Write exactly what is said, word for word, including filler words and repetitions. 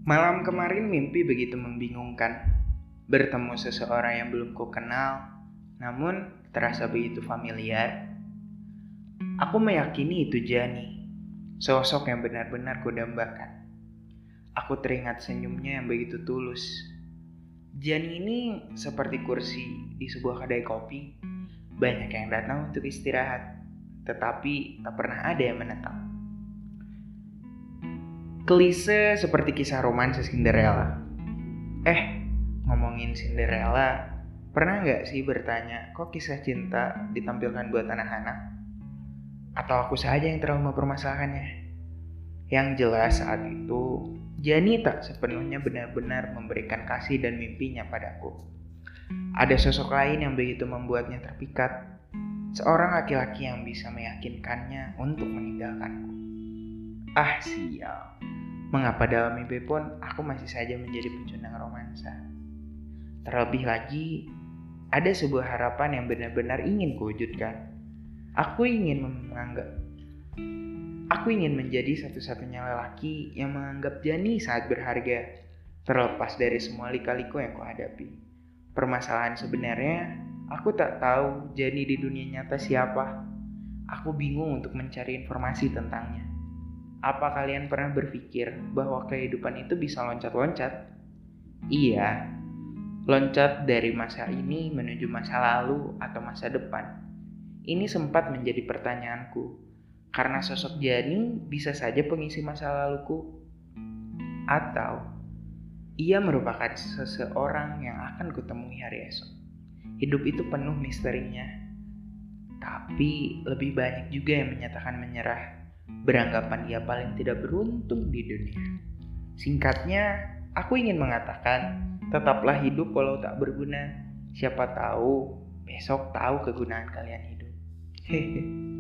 Malam kemarin mimpi begitu membingungkan. Bertemu seseorang yang belum ku kenal, namun terasa begitu familiar. Aku meyakini itu Jani, sosok yang benar-benar kudambakan. Aku teringat senyumnya yang begitu tulus. Jani ini seperti kursi di sebuah kedai kopi. Banyak yang datang untuk istirahat, tetapi tak pernah ada yang menetap. Klise seperti kisah romansa Cinderella. Eh, ngomongin Cinderella, pernah gak sih bertanya, kok kisah cinta ditampilkan buat anak-anak? Atau aku saja yang terlalu mempermasalahkannya? Yang jelas saat itu, Jani tak sepenuhnya benar-benar memberikan kasih dan mimpinya padaku. Ada sosok lain yang begitu membuatnya terpikat. Seorang laki-laki yang bisa meyakinkannya untuk meninggalkanku. Ah sial. Mengapa dalam mimpi pun aku masih saja menjadi pecundang romansa. Terlebih lagi, ada sebuah harapan yang benar-benar ingin kuwujudkan. Aku ingin menganggap Aku ingin menjadi satu-satunya lelaki yang menganggap Jani sangat berharga, terlepas dari semua lika-liku yang kuhadapi. Permasalahan sebenarnya, aku tak tahu Jani di dunia nyata siapa. Aku bingung untuk mencari informasi tentangnya. Apa kalian pernah berpikir bahwa kehidupan itu bisa loncat-loncat? Iya, loncat dari masa ini menuju masa lalu atau masa depan. Ini sempat menjadi pertanyaanku, karena sosok Jani bisa saja pengisi masa laluku. Atau ia merupakan seseorang yang akan kutemui hari esok. Hidup itu penuh misterinya, tapi lebih banyak juga yang menyatakan menyerah, beranggapan ia paling tidak beruntung di dunia. Singkatnya, aku ingin mengatakan, tetaplah hidup walau tak berguna. Siapa tahu besok tahu kegunaan kalian hidup. Hehe.